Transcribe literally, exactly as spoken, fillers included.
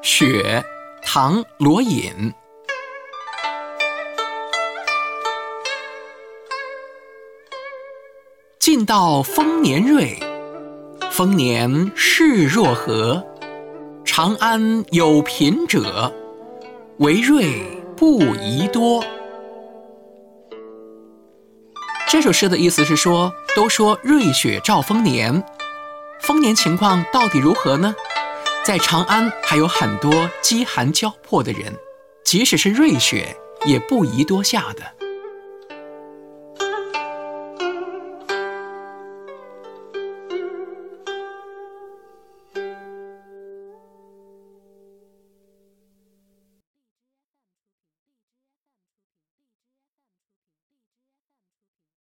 雪，唐·罗隐。近到丰年瑞，丰年势若何？长安有品者，惟瑞不宜多。这首诗的意思是说，都说瑞雪兆丰年，丰年情况到底如何呢？在长安还有很多饥寒交迫的人，即使是瑞雪，也不宜多下的。